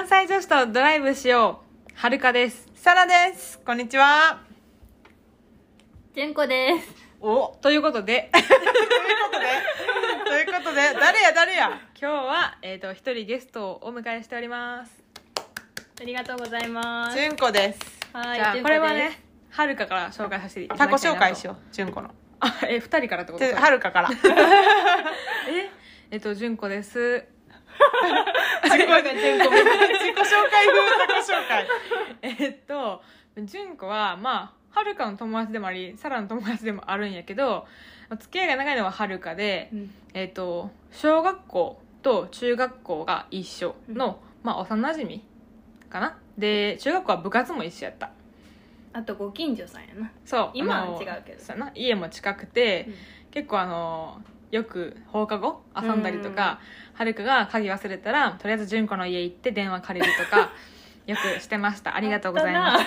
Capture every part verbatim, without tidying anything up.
西女子とドライブしよう。はるかです。 さらです。こんにちは。 じゅんこです。 おということでということでということで誰や誰や今日はえっ、ー、と一人ゲストをお迎えしております。 ありがとうございます。 じゅんこです。 はい。 じゃあじゅんこれはね、はるかから紹介させていただタコきたいなと。 紹介しよう。じゅんこの。 あ、え二人からってこと？ はるかから。 ええっとじゅんこです。 自己紹介風タコ紹介。 えっとじゅんこはまあはるかの友達でもあり、さらの友達でもあるんやけど、付き合いが長いのははるかで、うん、えっと小学校と中学校が一緒の、うん、まあ幼馴染かな。で中学校は部活も一緒やった。 あとご近所さんやな。 そう今は違うけどそうな、家も近くて、うん、結構あのよく放課後遊んだりとか、はるかが鍵忘れたらとりあえず純子の家行って電話借りるとかよくしてました。ありがとうございました。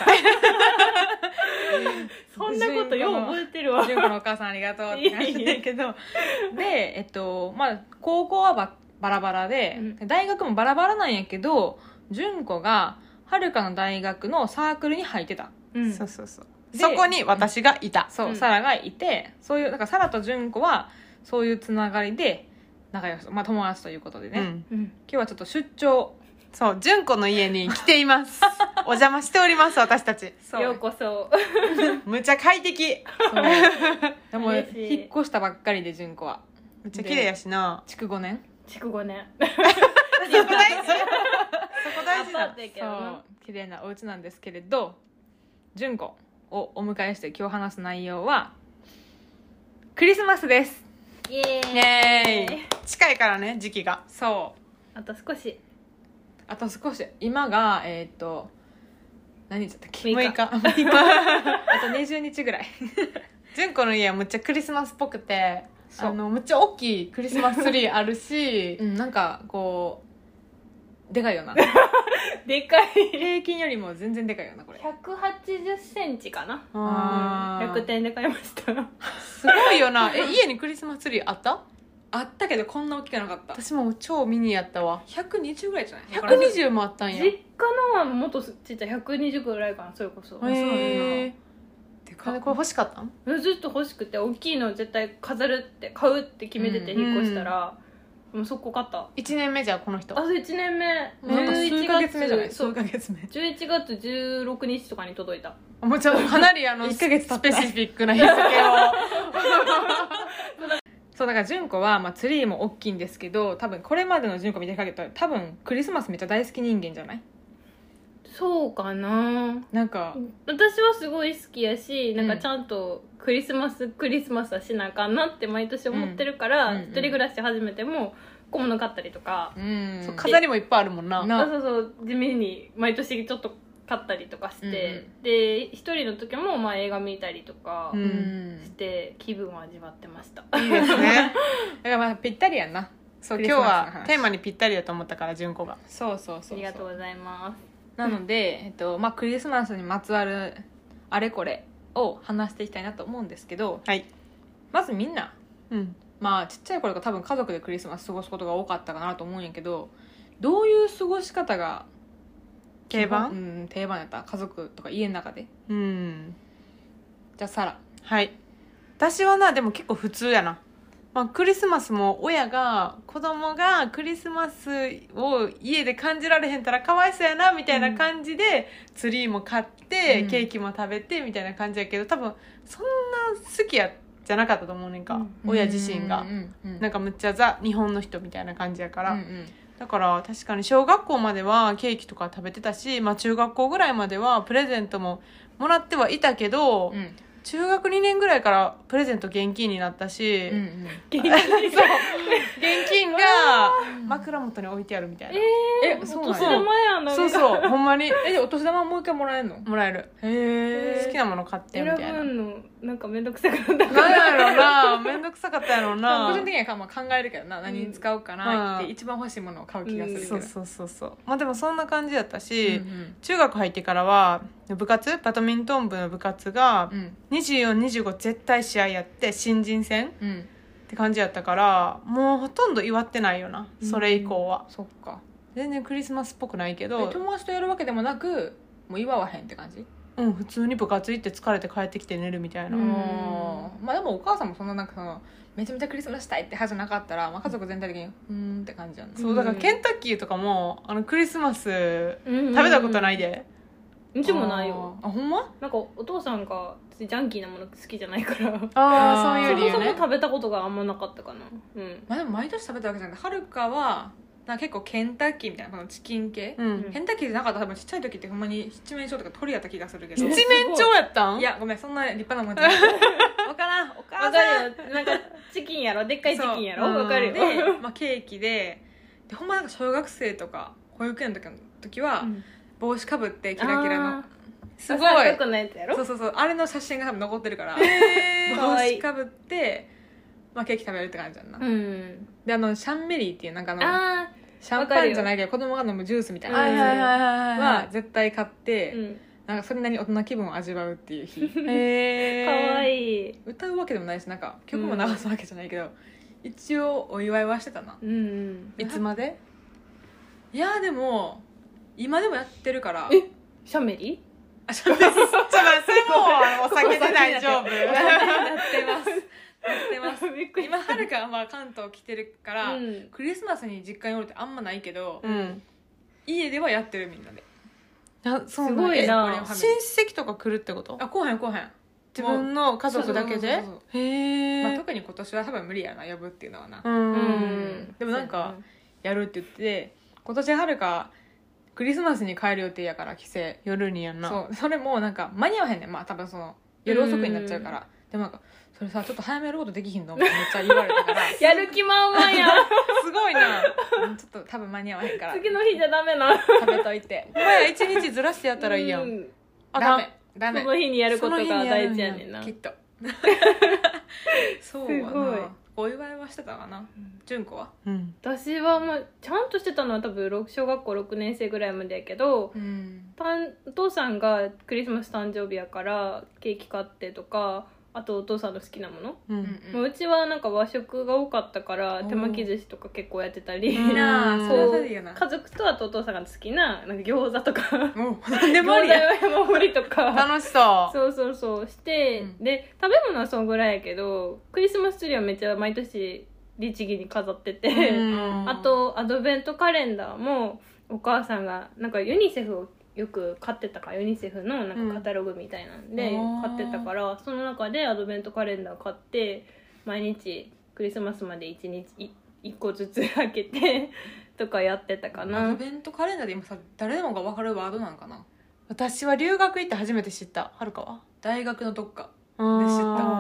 そんなことよう覚えてるわ。 純子のお母さんありがとうって感じだけどで、えっとまあ、高校はババラバラで、うん、大学もバラバラなんやけど、純子がはるかの大学のサークルに入ってた、 うん、そうそうそう、そこに私がいた、 そう、うん、サラがいて、そういうだからサラと純子はそういうつながりで仲良し、まあ、友達ということでね、うんうん、今日はちょっと出張、 そう純子の家に来ていますお邪魔しております。私たちそうようこそむっちゃ快適。 そうでも引っ越したばっかりで純子はめっちゃ綺麗やしな。 築ごねん築ごねんそこ大事そこ大事だ。 そう綺麗なお家なんですけれど、純子をお迎えして今日話す内容はクリスマスです。 イエーイ、 イエーイ。近いからね、時期が。 そうあと少しあと少し。今がえっ、ー、と何日だったっけ、 むいかあとにじゅうにちぐらい純子の家はむっちゃクリスマスっぽくて、あのむっちゃ大きいクリスマスツリーあるし、 うん、なんかこうでかいよなでかい。 平均よりも全然でかいよなこれ。 ひゃくはちじゅっセンチかな。 あひゃくてんで買いましたすごいよな。え、家にクリスマスツリーあった？ あったけどこんな大きくなかった。 私も超ミニやったわ。 ひゃくにじゅうぐらいじゃない？ ひゃくにじゅうもあったんや。 実家のはもっとちっちゃいひゃくにじゅうぐらいかな。それこそ。 へえ。でかこれ欲しかったん？ ずっと欲しくて、大きいの絶対飾るって買うって決めてて、引っ越したら、うん、もうそこ買った。 いちねんめじゃこの人。 あ、そういちねんめ。 なんか数ヶ月目じゃない？数ヶ月目。 じゅういちがつじゅうろくにちとかに届いた。 もうちょっとかなりあのいっかげつスペシフィックな日付をそうだから純子は、まあ、ツリーも大きいんですけど、多分これまでの純子見てかけたら多分クリスマスめっちゃ大好き人間じゃない？ そうかな。 なんか私はすごい好きやし、なんかちゃんとクリスマス、うん、クリスマスはしなあかんなって毎年思ってるから、うん、一人暮らし始めても小物買ったりとか、 うん、 そう飾りもいっぱいあるもんな。 なそうそう地味に毎年ちょっと買ったりとかして、うん、で一人の時もまあ映画見たりとかして気分を味わってました。 いいですねだからまあぴったりやんな。 そう今日はテーマにぴったりだと思ったから、純子が。 そうそうそうそう、 ありがとうございます。 なので、えっとまあ、クリスマスにまつわるあれこれを話していきたいなと思うんですけど、 はい、まずみんな、うん、まあちっちゃい頃から多分家族でクリスマス過ごすことが多かったかなと思うんやけど、どういう過ごし方が定番、 うん、定番やった？家族とか家の中で。 うん。 じゃあサラ。 はい。私はな、でも結構普通やな。まあ、クリスマスも親が子供がクリスマスを家で感じられへんたらかわいそうやなみたいな感じで、うん、ツリーも買って、うん、ケーキも食べてみたいな感じやけど、多分そんな好きやじゃなかったと思うねんか、うん、親自身が、うんうんうん、なんかむっちゃザ日本の人みたいな感じやから、うんうん、だから確かに小学校まではケーキとか食べてたし、まあ、中学校ぐらいまではプレゼントももらってはいたけど、うん、中学にねんぐらいからプレゼント現金になったし、うんうん、現金そう現金が枕元に置いてあるみたいな。 えー、えそうなんや。お年玉やな。 そうそうほんまにえお年玉もう一回もらえるの？ もらえる。へえ。好きなもの買ってみたいな。 選ぶのなんかめんどくさかったから。 なんやろな、めんどくさかったやろな。 個人的にはまあ考えるけどな、何に使うかなって一番欲しいものを買う気がするけど、うん、 そうそうそうそう。まあでもそんな感じだったし、うんうん、中学入ってからは部活バドミントン部の部活がにじゅうよん、にじゅうご絶対試合やって新人戦、うん、って感じやったから、もうほとんど祝ってないよな、それ以降は、 うん、そっか。 全然クリスマスっぽくないけど、 友達とやるわけでもなくもう祝わへんって感じ？ うん、普通に部活行って疲れて帰ってきて寝るみたいな、 うん、まあでもお母さんもそんななんかそのめちゃめちゃクリスマスしたいって派じゃなかったら、まあ、家族全体的にうーんって感じやん、ね、 そうだからケンタッキーとかもあのクリスマス食べたことないで、 うちもないよ。 あ、ほんま？ なんかお父さんがジャンキーなもの好きじゃないから、 ああそういう理由ね。 そもそも食べたことがあんまなかったかな。うん。 まあでも毎年食べたわけじゃなくて、はるかはなんか結構ケンタッキーみたいなこのチキン系、 うん、 ケンタッキーじゃなかったら多分ちっちゃい時ってほんまに七面鳥とか鳥やった気がするけど。 七面鳥やったん？ いやごめん、そんな立派なもんじゃない。分からん、お母さん。 分かるよ。なんかチキンやろ、でっかいチキンやろ、分かるよ。 で、まあ、ケーキででほんまなんか小学生とか保育園の時の時は、うん、帽子かぶってキラキラのすごいなやつやろ。 そうそうそう、あれの写真が多分残ってるから、えー、帽子かぶって、まあ、ケーキ食べるって感じやんな、うん、であのシャンメリーっていうなんかあのあシャンパンじゃないけど子供が飲むジュースみたいなやつは絶対買って、うん、なんかそれなりに大人気分を味わうっていう日。 へーかわいい。 歌うわけでもないしなんか曲も流すわけじゃないけど、うん、一応お祝いはしてたな、 うんうん、 いつまで？ いやでも今でもやってるから。 えシャンメリー？ あ、シャンメリーちょっとそれもお酒で大丈夫。なってますなってます今はるかはまあ関東来てるから、うん、クリスマスに実家におるってあんまないけど、うん、家ではやってるみんなで。 あ、そうすごいな。親戚とか来るってこと？ あ、来へん来へん。 自分の家族だけで？へえ、 まあ、特に今年は多分無理やな、呼ぶっていうのはな。うん、でもなんかやるって言って今年はるかクリスマスに帰る予定やから帰省夜にやんな。 そうそれもなんか間に合わへんねん。まあ多分その夜遅くになっちゃうから。でもなんかそれさちょっと早めることできひんのめっちゃ言われたからやる気満々やすごいな。ちょっと多分間に合わへんから次の日じゃダメな食べといてお前一日ずらしてやったらいいやん、うん、 あダメダメその日にやることが大事やねんなきっとそうはな。お祝いはしてたかな。純子は、 うん、私はもうちゃんとしてたのは多分小学校ろくねん生ぐらいまでやけど、うん、お父さんがクリスマス誕生日やからケーキ買ってとか、あとお父さんの好きなもの、うん、もううちはなんか和食が多かったから手巻き寿司とか結構やってたり、いいなそれはそれでいいよな。家族とあとお父さんが好きななんか餃子とか何でもありや餃子山盛りとか楽しそうそうそうそうして、うん、で食べ物はそのぐらいやけどクリスマスツリーはめっちゃ毎年律儀に飾ってて、あとアドベントカレンダーもお母さんがなんかユニセフをよく買ってたから、ユニセフのなんかカタログみたいなんで買ってたから、うん、その中でアドベントカレンダー買って毎日クリスマスまでいちにちいっこずつ開けてとかやってたかな。 アドベントカレンダーで今さ誰でもが分かるワードなんかな。 私は留学行って初めて知った。はるかは大学のどっかで知った。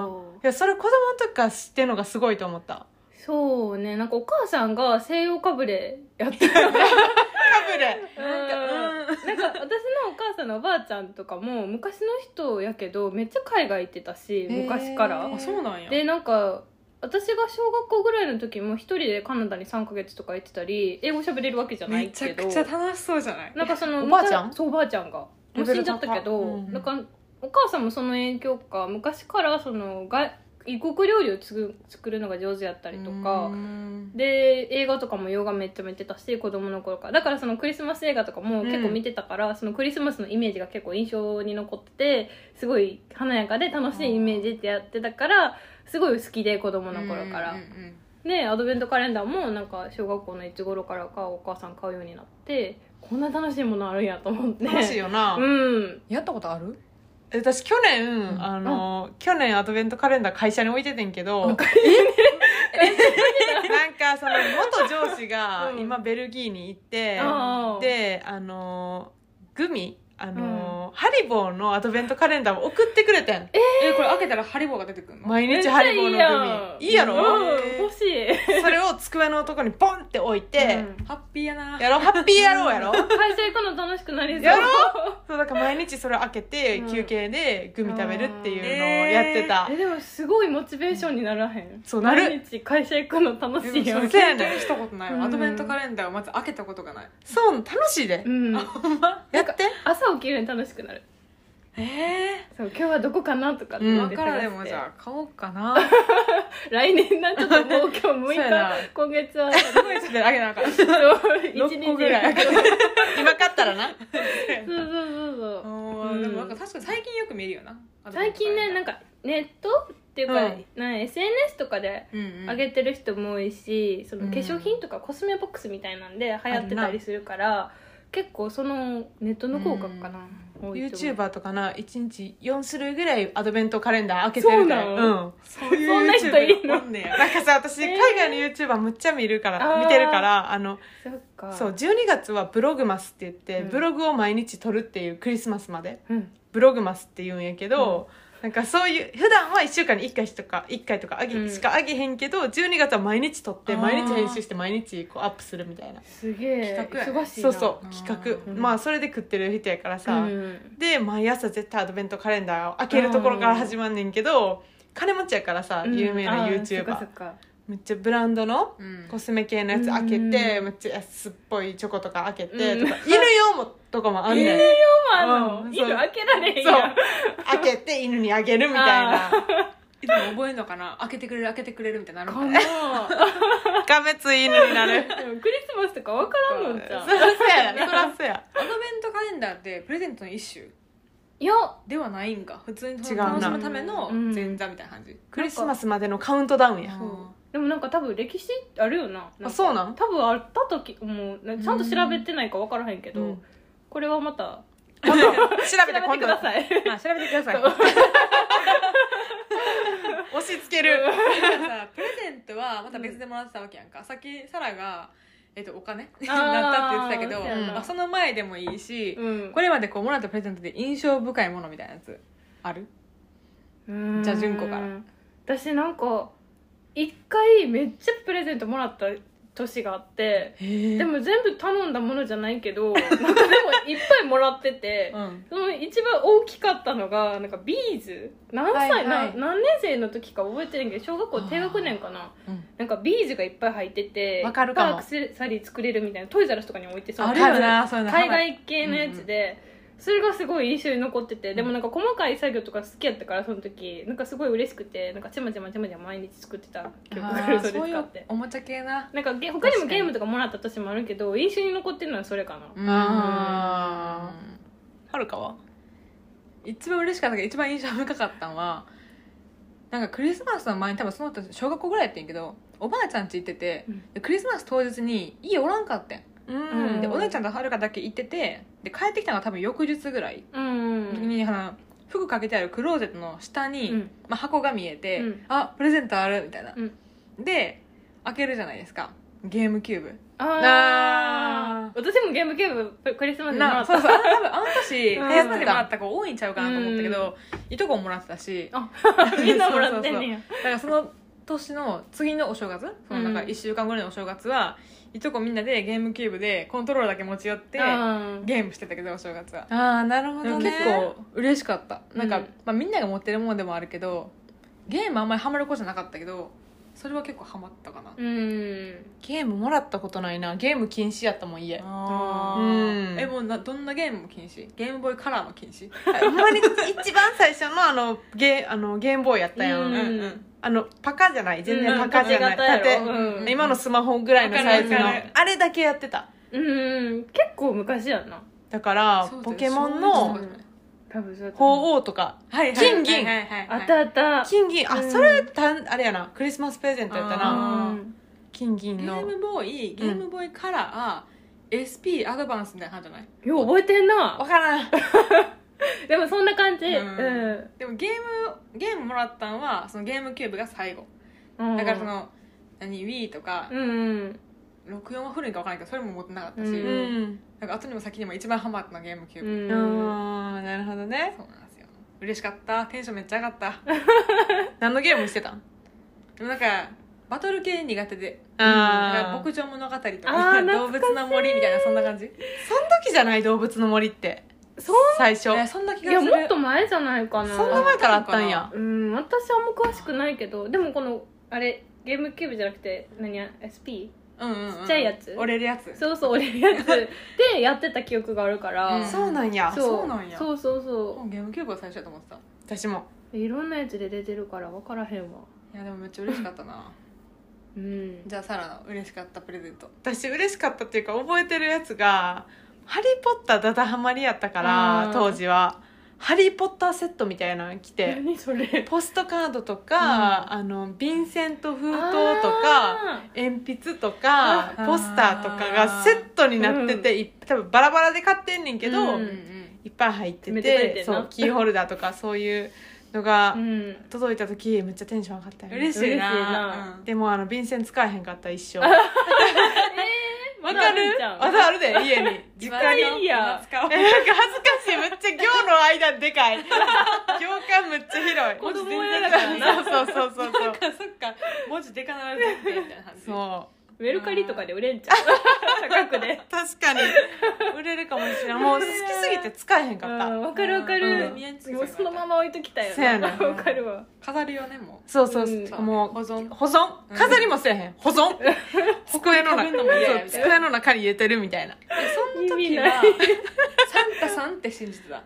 いやそれ子供の時から知ってるのがすごいと思った。 そうね、なんかお母さんが西洋かぶれやってたかぶれなんか、うん、なんか私のお母さんのおばあちゃんとかも昔の人やけどめっちゃ海外行ってたし昔から。 あ、そうなんや。 でなんか私が小学校ぐらいの時も一人でカナダにさんかげつとか行ってたり、英語喋れるわけじゃないけどめちゃくちゃ楽しそうじゃない。 なんかそのおばあちゃんそうおばあちゃんがもう死んじゃったけど、うん、なんかお母さんもその影響か昔からそのが異国料理をつく作るのが上手やったりとかで、映画とかも洋画めっちゃ見てたし子供の頃からだからそのクリスマス映画とかも結構見てたから、うん、そのクリスマスのイメージが結構印象に残っててすごい華やかで楽しいイメージってやってたからすごい好きで子供の頃から、うんうんうん、でアドベントカレンダーもなんか小学校のいつ頃からかお母さん買うようになってこんな楽しいものあるんやと思って。 楽しいよな。 うんやったことある？ 私去年、うん、あの、うん、去年アドベントカレンダー会社に置いててんけどなんかその元上司が今ベルギーに行って、うん、であのグミあの、うん、ハリボーのアドベントカレンダーを送ってくれてん。 えー、えこれ開けたらハリボーが出てくるの？ 毎日ハリボーのグミいいやろ、 うん、欲しい。 それを机のとこにポンって置いて、 うん、ハッピーやな。 やろハッピーやろうやろ会社行くの楽しくなりそう。 やろそうだから毎日それを開けて、うん、休憩でグミ食べるっていうのをやってた。 えー、でもすごいモチベーションにならへん？ そうなる。 毎日会社行くの楽しいよ。 経験したことないわ、うん、アドベントカレンダーをまず開けたことがない。 そう楽しいで、 うん、 やって朝起きるの楽しくなる。 ええそう今日はどこかなとかってうん言って今からで探してもじゃあ買おうかな来年なちょっともう今日むいそうやなか今月はすごいであげなあかんそうろっこぐらいそう今買ったらなそうそうそううんでもなんか確かに最近よく見るよな最近ねなんかネットっていうか、 うんなん エスエヌエス とかでうんうん上げてる人も多いし、そのうん化粧品とかコスメボックスみたいなんで流行ってたりするから結構そのネットの効果かな、多いと思う YouTuber とかないちにちよん種類ぐらいアドベントカレンダー開けてるからそうなのうんそういうそんな人いるの YouTuber おんねやなんかさ私えー海外の YouTuber むっちゃ見るから、 あー見てるからあのそっかそうじゅうにがつはブログマスって言って、 うんブログを毎日撮るっていうクリスマスまでうんブログマスって言うんやけど、なんかそういう普段はいっしゅうかんにいっかいとかいっかいとかあげ、 うんしかあげへんけどじゅうにがつは毎日撮ってあー毎日編集して毎日こうアップするみたいなすげえ企画やね忙しいなそうそうあー企画、 うんまあそれで食ってる人やからさ、 うんで毎朝絶対アドベントカレンダーを開けるところから始まんねんけど金持ちやからさうん有名なあーそっかそ YouTuber っかめっちゃブランドのうんコスメ系のやつ開けて、 うんめっちゃ安っぽいチョコとか開けて、 うんとか犬用もとかもあんねん、 犬あの、 うん犬開けられへんそうやん開けて犬にあげるみたいな。 いつも覚えんのかな開けてくれる開けてくれるみたいになるかのながめつい犬になる。 でもクリスマスとか分からんのじゃんそらそうやな、そらそうや。 アドベントカレンダーってプレゼントの一種いやではないんか普通に違うな楽しむためのうん前座みたいな感じ、 クリスマスまでのカウントダウンや。 そうでもなんか多分歴史あるよななんかあそうなん多分あった時もうちゃんと調べてないか分からへんけど、 うんこれはまた今度調調べてべて今度くださいまあ調べてくださいそう押し付ける。 さプレゼントはまた別でもらってたわけやんか、さっきサラが、えっと、お金あーなったって言ってたけどそうやなまあ、その前でもいいし、 うんこれまでこうもらったプレゼントで印象深いものみたいなやつあるうんじゃあ純子から私なんか一回めっちゃプレゼントもらった年があってででも、 も全部頼んだものじゃないけどなんかでもいっぱいもらってて、 うんその一番大きかったのがなんかビーズ何歳、 はいはいな何年生の時か覚えてるんけど小学校低学年かなうんなんかビーズがいっぱい入っててわかるかもいっぱいアクセサリー作れるみたいなトイザらスとかに置いてそうあるよなそういうの海外系のやつで、それがすごい印象に残ってて、でもなんか細かい作業とか好きやったからその時なんかすごい嬉しくてなんかちまちまちまちま毎日作ってた記憶があるそれそういう使っておもちゃ系ななんかゲ他にもゲームとかもらった年もあるけど印象に残ってるのはそれかな、 あはるかは一番嬉しかったけど一番印象深かったのはなんかクリスマスの前に多分その後小学校ぐらいやってんけどおばあちゃん家行ってて、 うんでクリスマス当日に家おらんかってんうんでお姉ちゃんとはるかだけ行っててで帰ってきたのが多分翌日ぐらいうんの時に、あの服かけてあるクローゼットの下に、 うんまあ、箱が見えて、 うんあプレゼントあるみたいな、 うんで開けるじゃないですかゲームキューブああ私もゲームキューブクリスマスにもらったなそうそうあの多分あの年うんクリスマスにもらった子多いんちゃうかなと思ったけど、いとこももらってたしあみんなもらってんねやだからその年の次のお正月そのなんかいっしゅうかんぐらいのお正月は、いとこみんなでゲームキューブでコントローラーだけ持ち寄ってうんゲームしてたけどお正月はああなるほでもどね。 結構嬉しかったなんか、 うんまあ、みんなが持ってるものでもあるけどゲームあんまりハマる子じゃなかったけどそれは結構ハマったかな、 うんゲームもらったことないな。ゲーム禁止やったもん家。 あうんえもうなどんなゲームも禁止ゲームボーイカラーも禁止ほんまに一番最初のあのゲーあのゲームボーイやったやん。 うんうんうんあのパカじゃない全然うんパカじゃない、 縦型縦、 やろうん今のスマホぐらいのサイズのわかるわかるあれだけやってた。 うん結構昔やんなだからそうだよポケモンそうのいう多分そうやと思う鳳凰とかはいはい金銀はいはいはいあったあった金銀あうんそれたあれやなクリスマスプレゼントやったあなー金銀のゲームボーイゲームボーイカラー、エスピー アドバンスみたいな感じじゃないよう覚えてんなわからんでもそんな感じううんん、 でもゲームゲームもらったのはそのゲームキューブが最後うん、 だからその何 Wii とかうんうんろくじゅうよんは古いんか分からんけどそれも持ってなかったし、 ううんんなんか後にも先にも一番ハマったのゲームキューブ、 うんあーなるほどねそうなんですよ嬉しかったテンションめっちゃ上がった何のゲームしてたんでもなんかバトル系苦手であなんかー牧場物語とあーか懐動物の森みたいなそんな感じその時じゃない動物の森ってそう最初えそんな気いやがするもっと前じゃないかなそんな前からあったんやうん私はあんま詳しくないけどでもこのあれゲームキューブじゃなくて何や エスピーうんうんうん、 ちっちゃいやつ折れるやつそうそう折れるやつでやってた記憶があるから、 うん、そうなんやそうそうなんやそうそうそうゲームキューブが最初だと思ってた私もいろんなやつで出てるから分からへんわいやでもめっちゃ嬉しかったなうんじゃあサラの嬉しかったプレゼント私嬉しかったっていうか覚えてるやつがハリーポッターダダハマりやったから当時はハリーポッターセットみたいなの来て何それポストカードとか、うん、あのヴィンセント封筒とか鉛筆とかポスターとかがセットになってて、うん、多分バラバラで買ってんねんけど、うん、いっぱい入ってて、てそうキーホルダーとかそういうのが届いた時めっちゃテンション上がったよ、ね、 嬉しいな、 うん、でもあの便箋使えへんかった一生えー、 わかるまだあるで家に実家にやなんか恥ずかしいめっちゃ行の間でかい行間めっちゃ広い子供やだからなそうそうそうそうそっかそっか文字でかなるぜみたいな感じそうメルカリとかで売れんちゃう高くで確かに売れるかもしれないもう好きすぎて使えへんかったわかるわかる、うん、もうそのまま置いときたいよなわかるわ飾るよねもうそうそう、うん、もう保存保存飾りもせえへん保存机の中机の中に入れてるみたいなその時はサンタさんって信じてた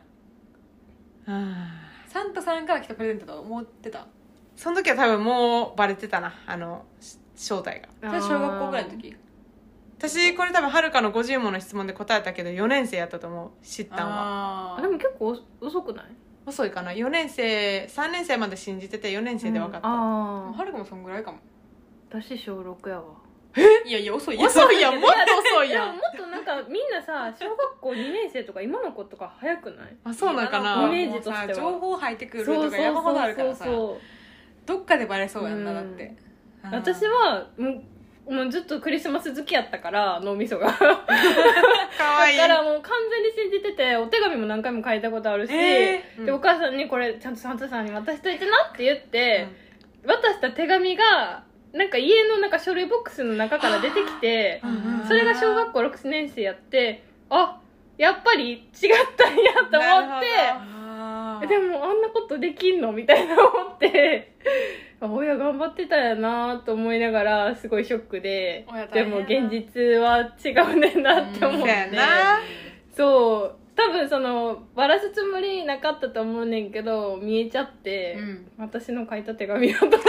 サンタさんから来たプレゼントと思ってたその時は多分もうバレてたなあの正体が。 それ小学校ぐらいの時？ 私これ多分はるかのごじゅう問の質問で答えたけどよねん生やったと思う知ったんは。 あでも結構遅くない？ 遅いかなよねん生さんねん生まで信じててよねん生で分かった、うん、 あはるかもそんぐらいかも。 私小ろくやわ。 えいやいや遅いや遅いやもっと遅いやん。 もっとなんかみんなさ小学校にねん生とか今の子とか早くない？ あそうなんかな。 イメージとしては情報入ってくるとか山ほどあるからさどっかでバレそうやんな、うん、だって私はもう、もうずっとクリスマス好きやったから脳みそがかわいいだからもう完全に信じててお手紙も何回も書いたことあるし、えーうん、でお母さんにこれちゃんとサンタさんに渡しといてなって言って、うん、渡した手紙がなんか家のなんか書類ボックスの中から出てきてそれが小学校ろくねん生やってあやっぱり違ったんやと思ってでもあんなことできんのみたいな思って親頑張ってたやなと思いながらすごいショックででも現実は違うねんなって思って、うん、そう多分そのバラすつもりなかったと思うねんけど見えちゃって、うん、私の書いた手紙だと思って悲し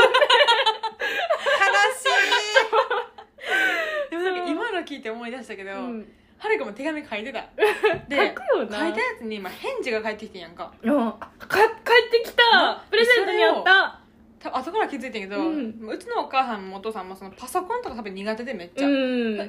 いでもなんか今の聞いて思い出したけど、うんはるかも手紙書いてたで書くよな書いたやつに今返事が返ってきてんやんかうんか帰ってきたプレゼントにあった多分後から気づいてんけど、うん、うちのお母さんもお父さんもそのパソコンとか多分苦手でめっちゃ、うん、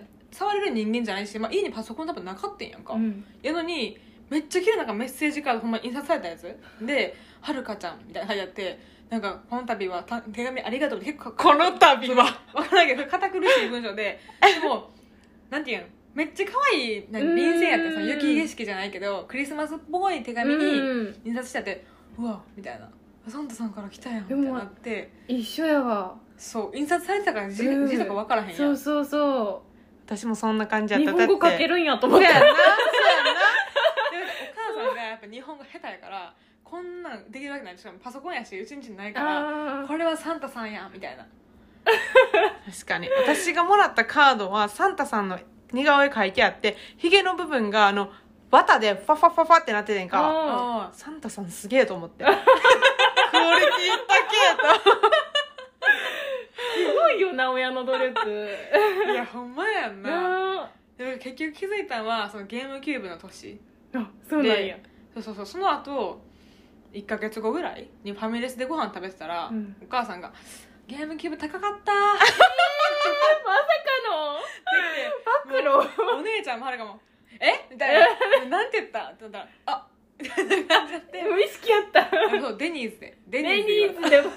触れる人間じゃないし、まあ、家にパソコン多分なかったんやんか、うん、やのにめっちゃ綺麗なメッセージカードほんま印刷されたやつで「はるかちゃん」みたいな感じやってなんかこの度はた手紙ありがとうって結構この度は分からないけど堅苦しい文章ででもなんていうのめっちゃ可愛い便箋やったさ雪景色じゃないけどクリスマスっぽい手紙に印刷してあってうわみたいなサンタさんから来たやんみたいなって一緒やわそう印刷されてたから字、うん、字とか分からへんやんそうそうそう私もそんな感じやった日本語書けるんやと思ってそうやなそうやなでお母さんがやっぱ日本語下手やからこんなんできるわけないしかもパソコンやしうちんちないからこれはサンタさんやみたいな確かに私がもらったカードはサンタさんの似顔絵描いてあってヒゲの部分があの綿でファファファファってなっててんかサンタさんすげえと思ってクオリティ高えとすごいよな親の努力いやほんまやんなでも結局気づいたのはそのゲームキューブの年あそうなんやそうそうそうその後いっかげつごぐらいにファミレスでご飯食べてたら、うん、お母さんがゲームキューブ高かったまさかの暴露お姉ちゃんもはるかもえみたいななんて言ったって言ったらあみたいな感じだって無意識やったそうデニーズでデニーズでやばー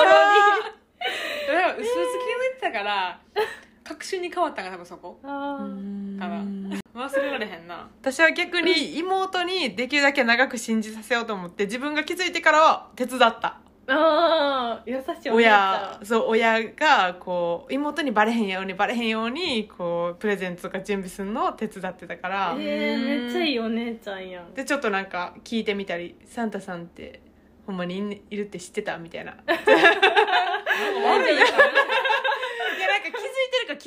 薄々気づいてたから確信に変わったんが多分そこあかな忘れられへんな私は逆に妹にできるだけ長く信じさせようと思って自分が気づいてからは手伝ったああ優しい親そう親がこう妹にバレへんようにバレへんようにこうプレゼントとか準備するのを手伝ってたからえー、めっちゃいいお姉ちゃんやんでちょっとなんか聞いてみたりサンタさんってほんまにいるって知ってたみたいな悪いやんいやなんか気づいてるか気づいてへん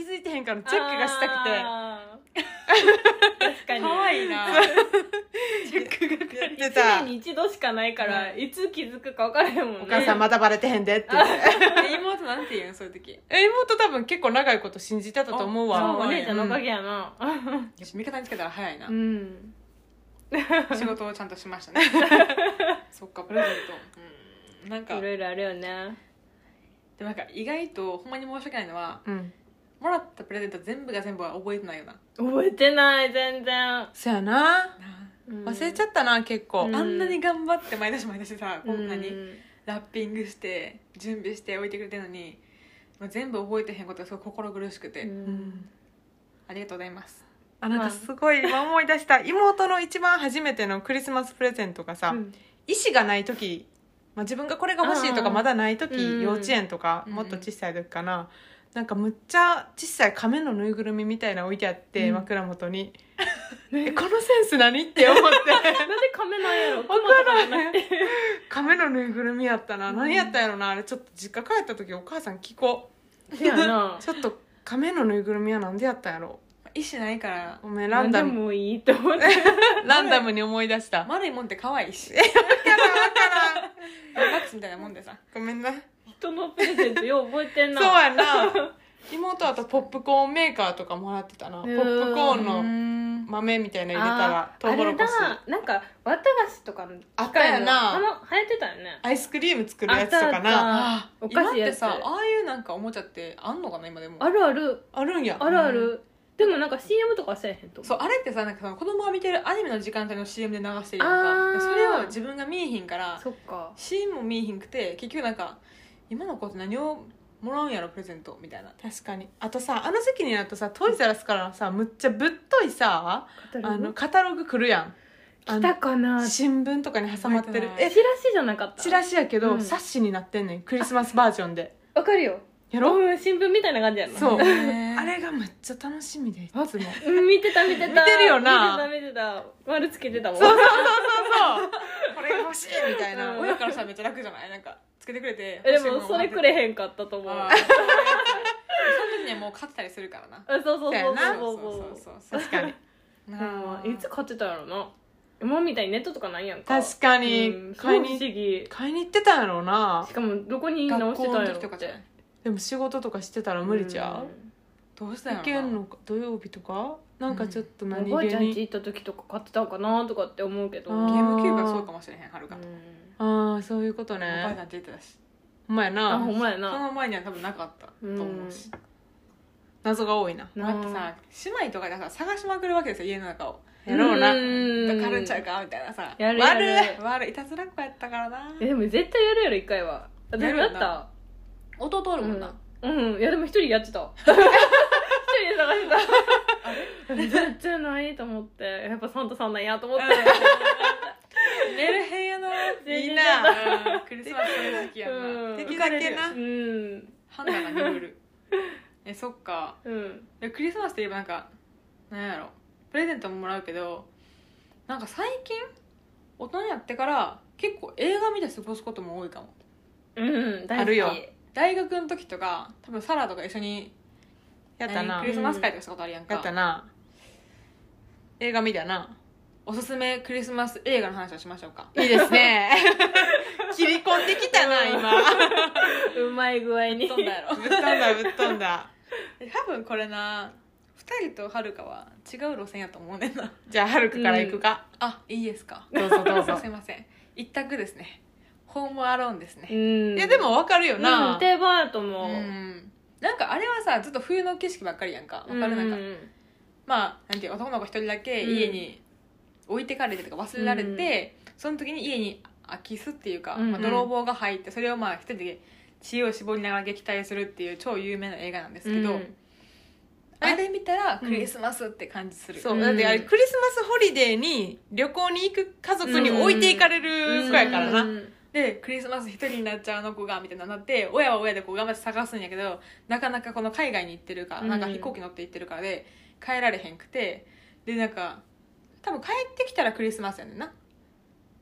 かのチェックがしたくてあー確かにかわいいなチェックがやって一た年に一度しかないから、いつ気づくか分からへんもんね。 お母さんまだバレてへんでって言ってえ妹なんて言うんそういう時え妹多分結構長いこと信じてたと思うわそうお姉ちゃんのおかげやな。 よし味方につけたら早いな、 うん仕事をちゃんとしましたねそっかプレゼント、うん、なんかいろいろあるよね。 でもなんか意外とほんまに申し訳ないのはうんもらったプレゼント全部が全部は覚えてないよな、 覚えてない全然。 そやなうん忘れちゃったな結構、 うんあんなに頑張って毎年毎年さこんなにうんラッピングして準備して置いてくれてるのにまあ全部覚えてへんことがすごい心苦しくて、 ううんんありがとうございます。 あなんかすごい今思い出した妹の一番初めてのクリスマスプレゼントがさ、 うん意思がない時、まあ、自分がこれが欲しいとかあーまだない時、 うん幼稚園とかうんもっと小さい時かな、なんかむっちゃ小さい亀のぬいぐるみみたいなの置いてあって、 うん枕元にえこのセンス何って思ってなんで亀なんやろ。 分からへん亀のぬいぐるみやったな、 うん何やったんやろなあれ。ちょっと実家帰った時お母さん聞こそうやなうちょっと亀のぬいぐるみはなんでやったんやろ。 意思ないからごめんランダム何でもいいと思ってランダムに思い出した丸いもんって可愛いし分からんマックスみたいなもんでさごめんな。 人のプレゼントよう覚えてんな。 そうやな妹あとポップコーンメーカーとかもらってたな。ポップコーンのん豆みたいなの入れたらあートウモロコシあれだなんか綿菓子とかのあったやなあの流行ってたよね。 アイスクリーム作るやつとかあったあなったお菓今って子やつさああいうなんかおもちゃってあんのかな今でもあるあるあるんや。 あるある、でもなんか シーエム とかせえへんと思そうあれってさなんかその子供が見てるアニメの時間帯の シーエム で流してるやんあかーでそれを自分が見えひんからそっかシーエム も見えひんくて結局なんか今の子って何をもらうんやろプレゼントみたいな確かに。あとさあの時期になるとさトイザらスからさむっちゃぶっといさあのカタログ来るやん。あ来のたかなチ新聞とかに挟まってる覚えてないえラシじゃなかった。 チラシやけど、 うん冊子になってんねんクリスマスバージョンでわかるよ。 やろ、 うん新聞みたいな感じやな。 そうへーあれがめっちゃ楽しみでいつもそうそううん見てた見てた見てるよな見てた見てた丸つけてたもん。 そうそうそうこれが欲しいみたいな、 うん親からしたらめっちゃ楽じゃないなんかつけてくれてえでもそれくれんへんかったと思う。 あーそういうやつその時にはもう買ってたりするからなあそうそうそうそうそうやなそうそうそうそうそう確かになあうんいつ買ってたやろな。今みたいにネットとかないやんか。 確かに、 うん、すごい不買いに思議。 買いに行ってたんやろうな。 しかもどこに直学校のしてたんやろ時とかじゃないでも仕事とかしてたら無理ちゃう、 どうしたんや行ろなけんのか土曜日とかなんかちょっとうん何おばあちゃん家気に、 行った時とか買ってたんかなとかって思うけど。 あゲームキューブはそうかもしれへんはるかおああそういうことばあねちゃんって言ってたしほんまやなあほんまやそな。 の前には多分なかったと思うし謎が多いなだってさ姉妹とかでさ探しまくるわけですよ家の中をやろうなうんカルチャーかみたいなさやるやる悪い悪いいたずらっ子やったからなえでも絶対やるやろ一回は。あでもやっやるよなた。 弟おるもんなうん、うん、いやでも一人やってた一人で探してた全然ないと思ってやっぱサンタさんなんやと思って寝るへんやな全然いいなうんクリスマスの時期やんうんな敵だけなうんハンナが眠るえそっかうんでクリスマスといえばなんかなんやろプレゼントももらうけどなんか最近大人になってから結構映画見て過ごすことも多いかもうん大好きあるよ大学の時とか多分サラとか一緒にやったな何クリスマス会とかしたことあるやんか、 やったな映画見たなおすすめクリスマス映画の話をしましょうかいいですね切り込んできたな今うまい具合に飛んだやろぶっ飛んだぶっ飛んだ多分これなふたりとはるかは違う路線やと思うねんなじゃあはるかから行くか、 あいいですかどうぞどうぞすいません一択ですねホームアローンですねうんいやでも分かるよな、 うん定番やとう思う、 んなんかあれはさずっと冬の景色ばっかりやんかわかるなんか、 うんまあなんていう男の子一人だけ家に置いてかれてとか忘れられて、その時に家に空き巣っていうか、 うんまあ、泥棒が入ってそれをまあ一人で知恵を絞りながら撃退するっていう超有名な映画なんですけど、 うんあれ見たらクリスマスって感じする、 そうだってあれクリスマスホリデーに旅行に行く家族に置いていかれる子やからな、 うんでクリスマス一人になっちゃうあの子がみたいなのになって親は親でこう頑張って探すんやけどなかなかこの海外に行ってるから、 うんなんか飛行機乗って行ってるからで帰られへんくてでなんか多分帰ってきたらクリスマスやねんな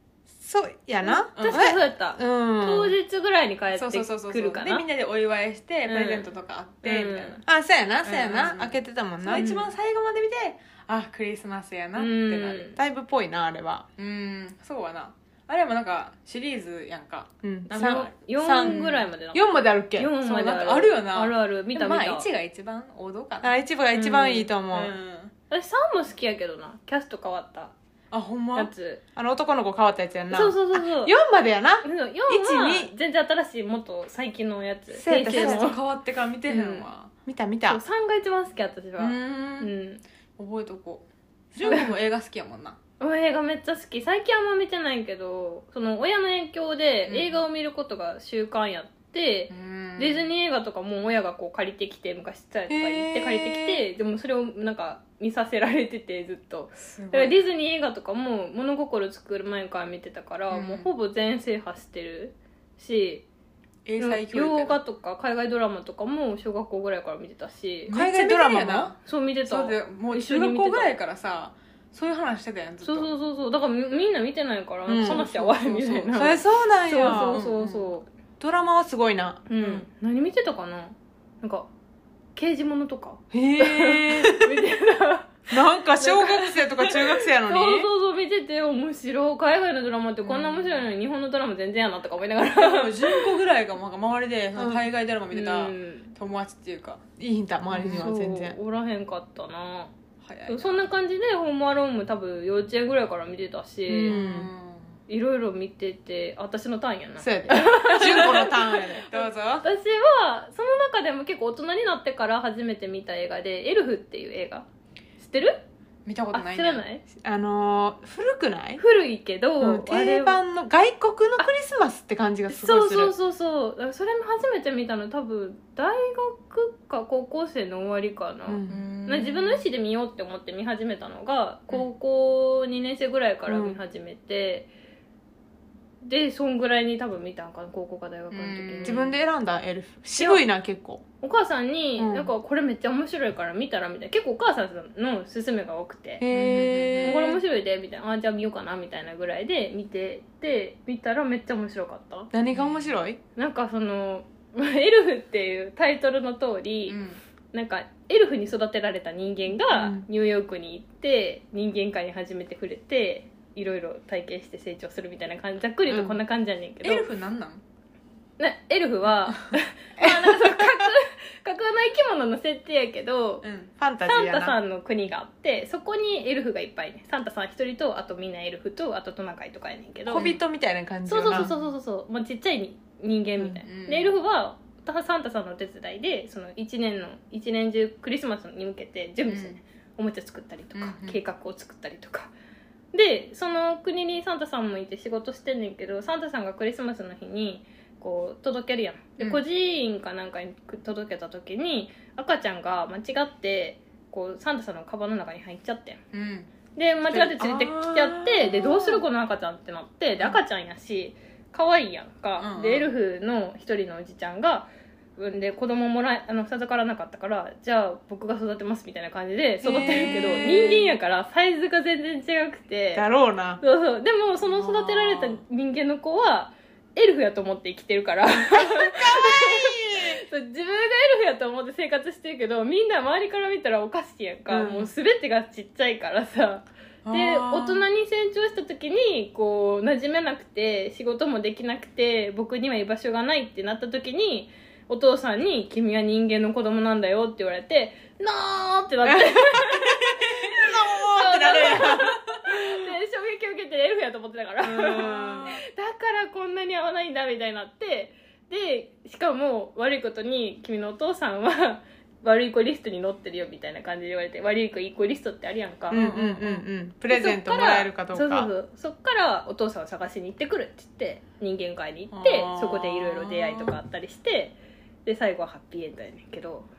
そうやな、 確かにそうやった、 うん、 当日ぐらいに帰ってそうそうそうそうくるかな。 でみんなでお祝いしてうんプレゼントとかあって、 うんみたいな、 あそうやなそうやな、 うんうんうん開けてたもんな、 その一番最後まで見て、あクリスマスやなってなる。 だいぶっぽいなあれは。 うんそうはな。あれもなんかシリーズやんか。 うんあさよんぐらいまでなよんまであるっけ。 よんまでそうなんかあるよな。 あるある見た見た。 でもまあいちが一番王道かな。 あ一部が一番いいと思う、 うん私さんも好きやけどな、キャスト変わったあほんまやつ。 あの男の子変わったやつやんな。 そうそうそうそう。 よんまでやな。 よんは一二全然新しいもっと最近のやつ。 そうやったキャストの変わってから見てへんわ。 見た見た。 そうさんが一番好き私は。 ううんん。 覚えとこう。純子も映画好きやもんな。 映画めっちゃ好き。最近あんま見てないけど、その親の影響でうん映画を見ることが習慣やって、ディズニー映画とかも親がこう借りてきて、昔ちっちゃいとか行って借りてきて、でもそれをなんか見させられててずっと。 すごいだからディズニー映画とかも物心作る前から見てたから、 うんもうほぼ全制覇してるし、 英才教育やな洋画とか海外ドラマとかも小学校ぐらいから見てたし、 海外ドラマもそう見てた。 そうでもう中学校ぐらいからさそういう話してたやんずっと。 そうそうそうそう。だからみみんな見てないから、 うん話し合わへんみたいな。 それそうなんそうや。 そうそうそドラマはすごいな。 う。うん。何見てたかな。なんか刑事物とかへえ。 見てた。 なんか小学生とか中学生やのに。 そうそうそう見てて面白い。海外のドラマってこんな面白いのに、日本のドラマ全然やなとか思いながら。 じゅっこぐらいがなんか周りでその海外ドラマ見てたうん友達っていうかいいひんた周りには全然。 そうおらへんかったな。 早いな。 そんな感じでホームアローンも多分幼稚園ぐらいから見てたし、 うんいろいろ見てて、私のターンやな。 そうやで。純子のターンやで。 どうぞ。 私はその中でも結構大人になってから初めて見た映画で「エルフ」っていう映画知ってる？ 見たことあないね。 知らないあのー、古くない？ 古いけど、 うんあれ定番の外国のクリスマスって感じがすごいする。 そうそうそうそうだからそれも初めて見たの多分大学か高校生の終わりかな、 うんな自分の意思で見ようって思って見始めたのが高校にねん生ぐらいから見始めて、でそんぐらいに多分見たんかな、高校か大学の時に。 自分で選んだエルフ。渋いな結構。 お母さんに、 うんなんかこれめっちゃ面白いから見たらみたいな、結構お母さんの勧めが多くて、 へえ。 これ面白いでみたいな、あじゃあ見ようかなみたいなぐらいで見てで見たらめっちゃ面白かった。 何が面白い？ なんかそのエルフっていうタイトルの通り、 うんなんかエルフに育てられた人間がうんニューヨークに行って人間界に初めて触れていろいろ体験して成長するみたいな感じ、ざっくり言うとこんな感じやねんけど、 エルフなんなん？ なエルフはまあなんかその架空架空の生き物の設定やけど、 うんファンタジサーやな。 ンタさんの国があってそこにエルフがいっぱいね、サンタさん一人とあとみんなエルフとあとトナカイとかやねんけど、 小人みたいな感じそうよな。 そうそうそうそうそう、まあ、ちっちゃい人間みたいな、 うんうんでエルフはサンタさんのお手伝いでその一年の一年中クリスマスに向けて準備して、ねおもちゃ作ったりとか、 うんうん計画を作ったりとかで、その国にサンタさんもいて仕事してんねんけど、サンタさんがクリスマスの日にこう届けるやんで、 うん孤児院かなんかに届けた時に赤ちゃんが間違ってこうサンタさんのカバンの中に入っちゃってんうんで間違って連れてきちゃってでどうするこの赤ちゃんってなってで赤ちゃんやし可愛いやんか、 うんうんでエルフの一人のおじちゃんが産んで子供もらえあの授からなかったからじゃあ僕が育てますみたいな感じで育てるけど、 へー人間やからサイズが全然違くてだろうな。 そうそうでもその育てられた人間の子はエルフやと思って生きてるからそう自分がエルフやと思って生活してるけどみんな周りから見たらおかしいやんか、 うんもう全てがちっちゃいからさで大人に成長した時にこう馴染めなくて仕事もできなくて僕には居場所がないってなった時にお父さんに「君は人間の子供なんだよ」って言われて「なー」ってなってでってなるやん。 衝撃を受けてエルフやと思ってたからだうんからこんなに合わないんだみたいになってでしかも悪いことに君のお父さんは悪い子リストに載ってるよみたいな感じで言われて、悪い子いい子リストってあるやんか、 うんうんうんうん。プレゼントもらえるかどうか。 そうそうそうそっからお父さんを探しに行ってくるって言って人間界に行ってあーそこでいろいろ出会いとかあったりしてで最後はハッピーエンドやねんけど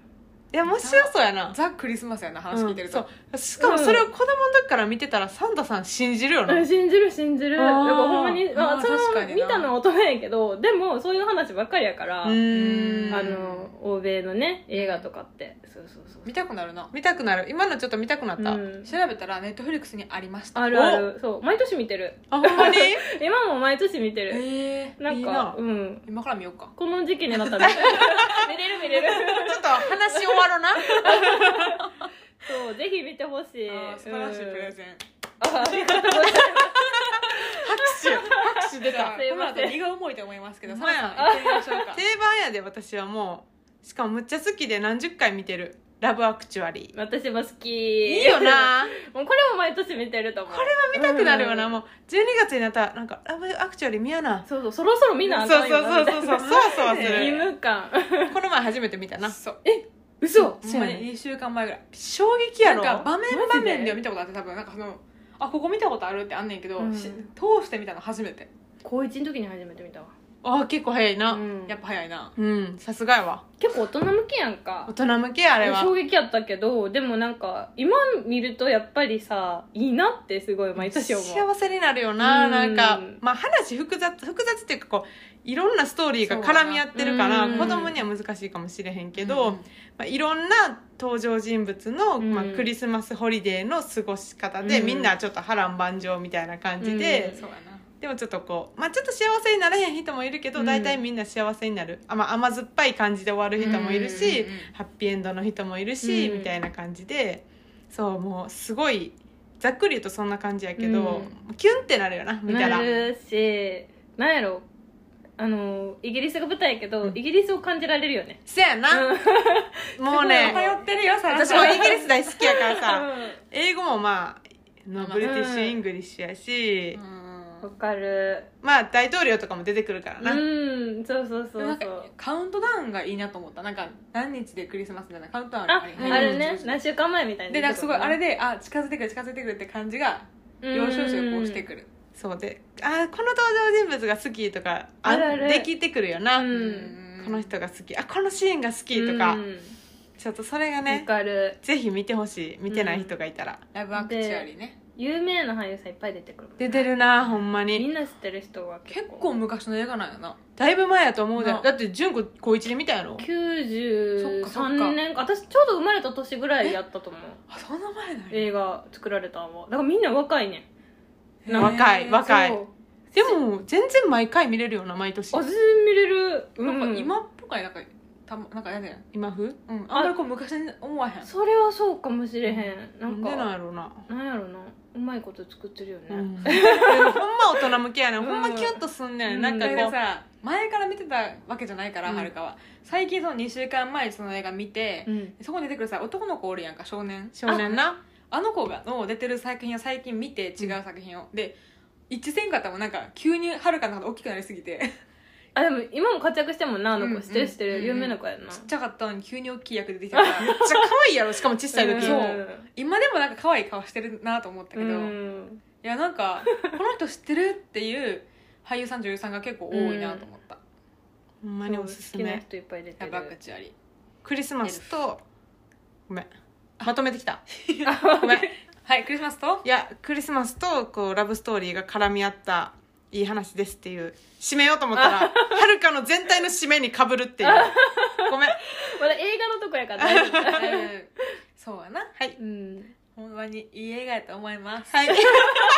いや面白そうやな。 ザ・クリスマスやな話聞いてると、 うん、そうしかもそれを子供の時から見てたらサンタさん信じるよな、 うん、信じる信じる。だからほんまに、まあ、 あそ確かになの見たのは大人やけど、でもそういう話ばっかりやから、 うーんあの欧米のね映画とかって、そうそうそう、 見たくなるな。 見たくなる。今のちょっと見たくなった、 うん、 調べたらネットフリックスにありました。 あるある。そう毎年見てる。 あほんまに今も毎年見てる。 えー、 なんかいいなうん、 今から見ようか。 この時期になったら見れる見れる。 ちょっと話終わろなそうぜひ見てほしい。 あー素晴らしいプレゼン、 うん、あありがとうございます。 拍手拍手出た。 じゃあこの後荷が重いと思いますけど、 ほんまやサラさん行ってみましょうか。 定番やで。私はもうしかもむっちゃ好きで何十回見てる。ラブアクチュアリー私も好き。 いいよなもうこれも毎年見てると思う。 これは見たくなるよな、 うん、 もうじゅうにがつになったらなんかラブアクチュアリー見やな。 そうそう、そろそろ見なあそうかんよなそうそうそうそうそうそうす義る務感。 この前初めて見たな。 そう嘘。 ほんまににしゅうかんまえぐらい。 衝撃やろ。 なんか場面場マジで面では見たことあって、多分なんかそのあここ見たことあるってあんねんけど、 うんし通して見たの初めて。 高一の時に初めて見たわ。 あ結構早いな。 うんやっぱ早いな。 うんさすがやわ。 結構大人向けやんか大。人向けあれは。 衝撃やったけど、でもなんか今見るとやっぱりさいいなってすごい毎年思う。 幸せになるよな、 うんなんかまあ話複雑複雑っていうかこういろんなストーリーが絡み合ってるからうん子供には難しいかもしれへんけど、 うんまあ、いろんな登場人物の、 うんまあ、クリスマスホリデーの過ごし方で、 うんみんなちょっと波乱万丈みたいな感じで、 うんそうやな。 でもちょっとこう、まあ、ちょっと幸せになれへん人もいるけど、 うん大体みんな幸せになる、あ、まあ、甘酸っぱい感じで終わる人もいるし、 うんうんうんハッピーエンドの人もいるし、 うんみたいな感じで、そうもうすごいざっくり言うとそんな感じやけど、キュンってなるよな見たら。 なるし、なんやろ、あのイギリスが舞台やけど、 うんイギリスを感じられるよね。 せやな、もうね偏ってるよ、サラ私さん。 もイギリス大好きやからさ、 う英語もまあのうんブリティッシュ・イングリッシュやし、 うんん、わかる。 まあ大統領とかも出てくるからな、 うん、そうそうそうなんかそう。 カウントダウンがいいなと思った。なんか何日でクリスマスみたいなカウントダウンあ、 りあるね、何週間前みたいな。 でなんかすごいあれであ近づいてくる近づいてくるって感じが要所要所でこうしてくる。 そうで、あーこの登場人物が好きとかああるあるできてくるよな、 うんこの人が好き、あこのシーンが好きとか、 うんちょっとそれがわねかる。 ぜひ見てほしい。見てない人がいたら、 ラブアクチュアリーね。 有名な俳優さんいっぱい出てくる。 出てるなほんまみに。 んな知ってる人が結結構。 構昔の映画なんやな。 だいぶ前やと思うじゃん。 なだって純子高一で見たやろ。 きゅうじゅうさそっかそっんねんか。私ちょうど生まれた年ぐらいやったと思う。 あそんな前なんや。 映画作られたのは。だからみんな若いねん。なんか若い若いそうでも全然毎回見れるよな毎年。 あ、全然見れる。 なんかうん今っぽくないなんかたなんかやだやん。 今風？ うん。あんまりこう昔に思わへん。 それはそうかもしれへん。ななんんでなんか、 やろうな。 なんやろな。うまいこと作ってるよね。 うん、でもほんま大人向けやねん、ほんまキュンとすんねん、 うんなんかこうだけどさ前から見てたわけじゃないから、 うんはるかは最近そのにしゅうかんまえにその映画見て、 うん。 そこに出てくるさ男の子おるやんか少年少年な。 あの子がの出てる作品を最近見て違う作品を、で一致せんかったもんなんか急にはるかの方が大きくなりすぎてあ、でも今も活躍してんもんな、あの子。 うん知ってる知ってる。 うん有名な子やんな。 ちっちゃかったのに急に大きい役で出てきたからめっちゃ可愛いやろ、しかも小さい時、 うんそう今でもなんか可愛い顔してるなと思ったけど、 ういん。 やなんかこの人知ってるっていう俳優さん女優さんが結構多いなと思った、 ほんまにおすすめ。 好きな人いっぱい出てる。 ラブアクチュアリークリスマスとごめんまとめてきたごめんはいクリスマスといやクリスマスとこうラブストーリーが絡み合ったいい話ですっていう締めようと思ったらはるかの全体の締めにかぶるっていうごめん。 まだ映画のとこやから大丈夫。 うんそうやなはいうん。 ほんまにいい映画やと思いますはいあり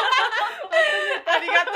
がと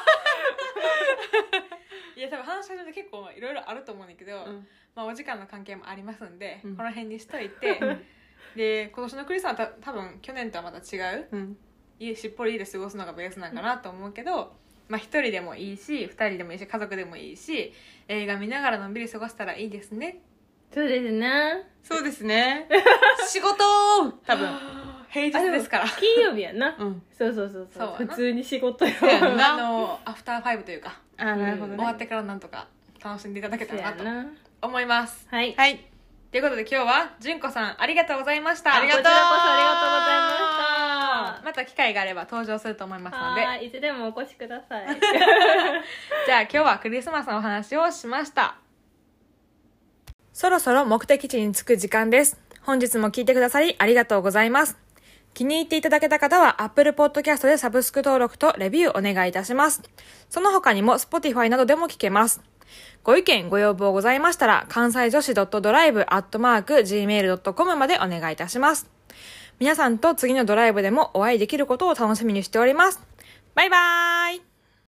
いや多分話し始めて結構いろいろあると思うんだけど、 う、うんまあ、お時間の関係もありますんで、 うんこの辺にしといてで今年のクリスマスはた多分去年とはまた違ううん家しっぽり家で過ごすのがベースなんかなと思うけど、まあ、一人でもいいし二人でもいいし家族でもいいし映画見ながらのんびり過ごせたらいいですね。 そうですね。 そうですね仕事多分平日ですから金曜日やな。 うんそうそうそうそう。 そうやな普通に仕事よ。 そうやなあのアフターファイブというかあーなるほどね、 終わってからなんとか楽しんでいただけたそうらなとやな。 思いますはい。 はいということで今日は純子さんありがとうございましたありがとうこちらこそありがとうございました。 また機会があれば登場すると思いますのではい、いつでもお越しください。 じゃあ今日はクリスマスのお話をしました。そろそろ目的地に着く時間です。 本日も聞いてくださりありがとうございます。気に入っていただけた方は Apple Podcast でサブスク登録とレビューお願いいたします。その他にも Spotify などでも聞けます。ご意見ご要望ございましたら関西女子 .drive アットマーク ジーメールドットコム までお願いいたします。皆さんと次のドライブでもお会いできることを楽しみにしております。バイバーイ。